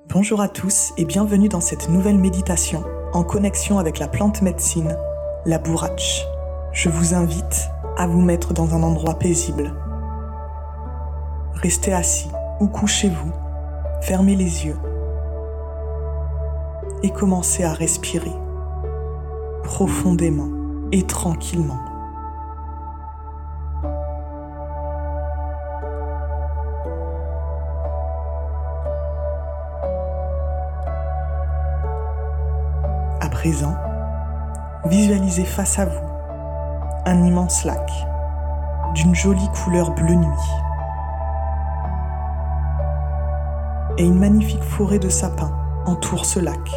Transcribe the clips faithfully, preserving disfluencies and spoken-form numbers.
Bonjour à tous et bienvenue dans cette nouvelle méditation en connexion avec la plante médecine, la bourrache. Je vous invite à vous mettre dans un endroit paisible. Restez assis ou couchez-vous, fermez les yeux et commencez à respirer profondément et tranquillement. À présent, visualisez face à vous un immense lac d'une jolie couleur bleu nuit et une magnifique forêt de sapins entoure ce lac.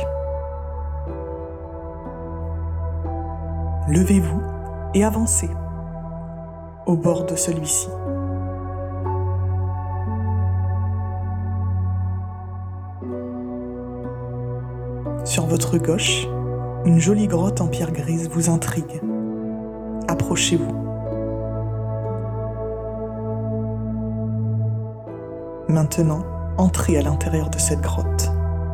Levez-vous et avancez au bord de celui-ci. Sur votre gauche, une jolie grotte en pierre grise vous intrigue. Approchez-vous. Maintenant, entrez à l'intérieur de cette grotte.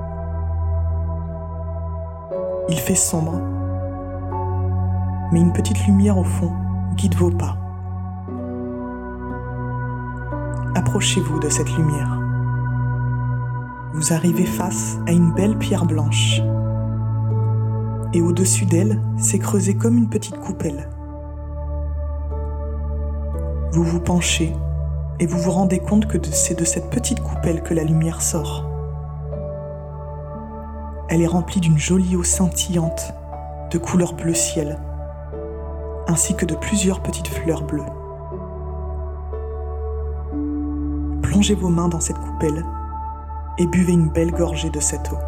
Il fait sombre, mais une petite lumière au fond guide vos pas. Approchez-vous de cette lumière. Vous arrivez face à une belle pierre blanche. Et au-dessus d'elle, s'est creusée comme une petite coupelle. Vous vous penchez et vous vous rendez compte que c'est de cette petite coupelle que la lumière sort. Elle est remplie d'une jolie eau scintillante de couleur bleu ciel, ainsi que de plusieurs petites fleurs bleues. Plongez vos mains dans cette coupelle et buvez une belle gorgée de cette eau.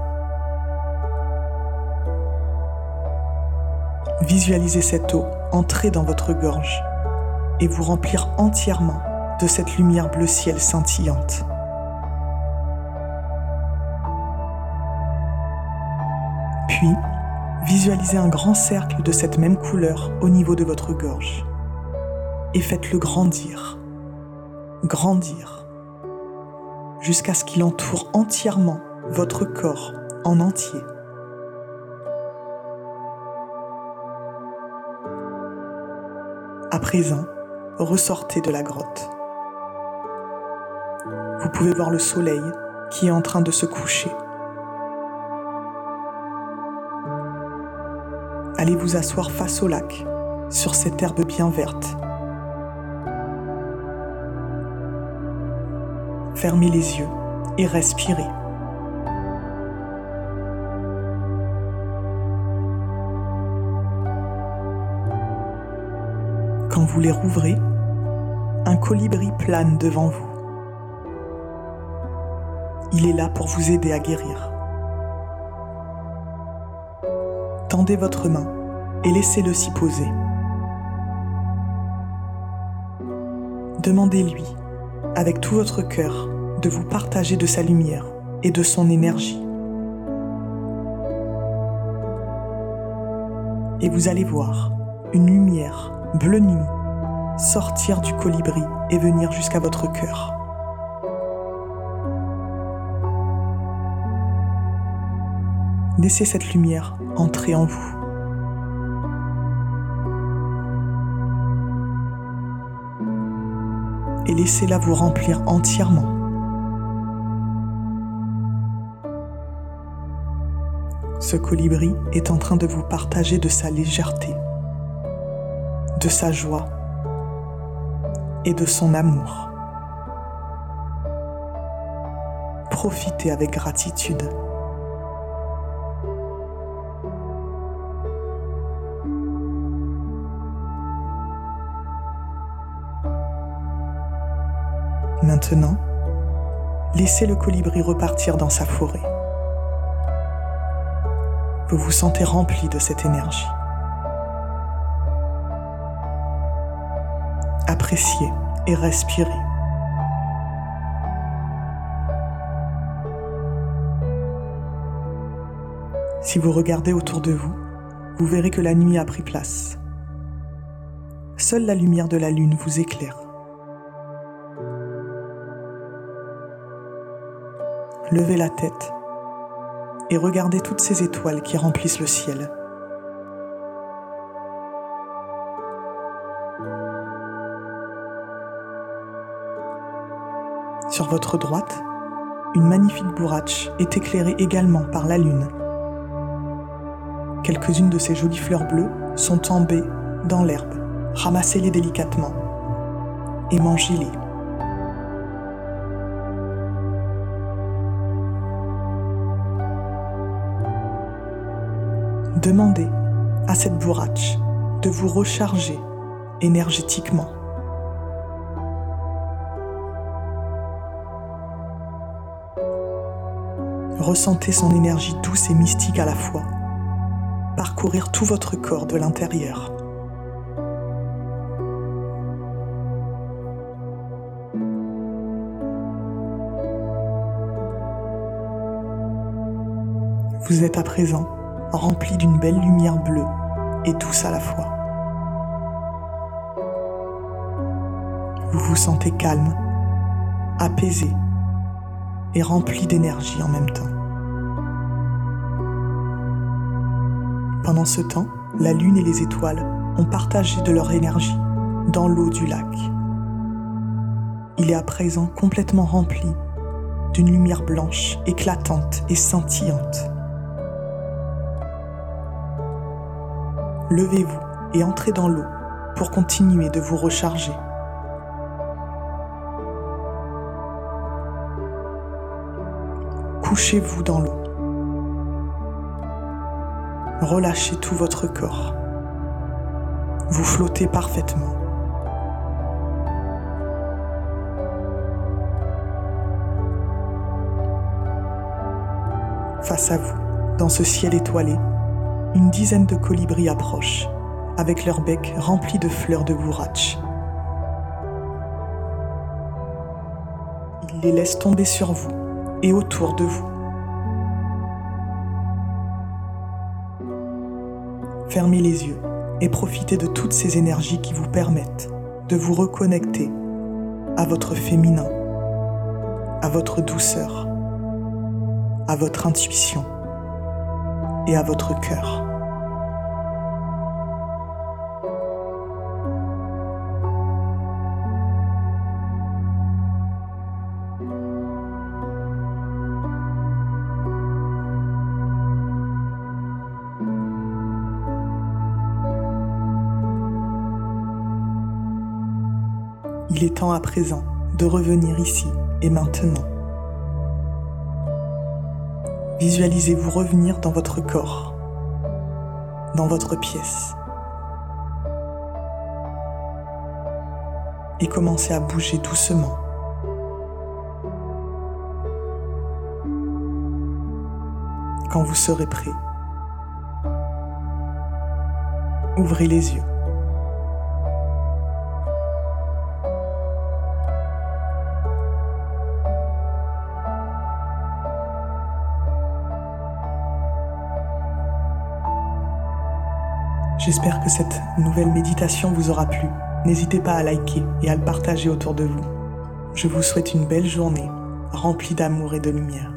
Visualisez cette eau entrer dans votre gorge et vous remplir entièrement de cette lumière bleu ciel scintillante. Puis, visualisez un grand cercle de cette même couleur au niveau de votre gorge et faites-le grandir, grandir, jusqu'à ce qu'il entoure entièrement votre corps en entier. À présent, ressortez de la grotte. Vous pouvez voir le soleil qui est en train de se coucher. Allez vous asseoir face au lac, sur cette herbe bien verte. Fermez les yeux et respirez. Quand vous les rouvrez, un colibri plane devant vous. Il est là pour vous aider à guérir. Tendez votre main et laissez-le s'y poser. Demandez-lui, avec tout votre cœur, de vous partager de sa lumière et de son énergie. Et vous allez voir une lumière bleu nuit sortir du colibri et venir jusqu'à votre cœur. Laissez cette lumière entrer en vous. Et laissez-la vous remplir entièrement. Ce colibri est en train de vous partager de sa légèreté, de sa joie et de son amour. Profitez avec gratitude. Maintenant, laissez le colibri repartir dans sa forêt. Vous vous sentez rempli de cette énergie. Appréciez et respirez. Si vous regardez autour de vous, vous verrez que la nuit a pris place. Seule la lumière de la lune vous éclaire. Levez la tête et regardez toutes ces étoiles qui remplissent le ciel. Sur votre droite, une magnifique bourrache est éclairée également par la lune. Quelques-unes de ces jolies fleurs bleues sont tombées dans l'herbe. Ramassez-les délicatement et mangez-les. Demandez à cette bourrache de vous recharger énergétiquement. Ressentez son énergie douce et mystique à la fois parcourir tout votre corps de l'intérieur. Vous êtes à présent rempli d'une belle lumière bleue et douce à la fois. Vous vous sentez calme, apaisé et rempli d'énergie en même temps. Pendant ce temps, la lune et les étoiles ont partagé de leur énergie dans l'eau du lac. Il est à présent complètement rempli d'une lumière blanche, éclatante et scintillante. Levez-vous et entrez dans l'eau pour continuer de vous recharger. Couchez-vous dans l'eau. Relâchez tout votre corps. Vous flottez parfaitement. Face à vous, dans ce ciel étoilé, une dizaine de colibris approchent, avec leurs becs remplis de fleurs de bourrache. Ils les laissent tomber sur vous et autour de vous. Fermez les yeux et profitez de toutes ces énergies qui vous permettent de vous reconnecter à votre féminin, à votre douceur, à votre intuition et à votre cœur. Il est temps à présent de revenir ici et maintenant. Visualisez-vous revenir dans votre corps, dans votre pièce, et commencez à bouger doucement. Quand vous serez prêt, ouvrez les yeux. J'espère que cette nouvelle méditation vous aura plu. N'hésitez pas à liker et à le partager autour de vous. Je vous souhaite une belle journée, remplie d'amour et de lumière.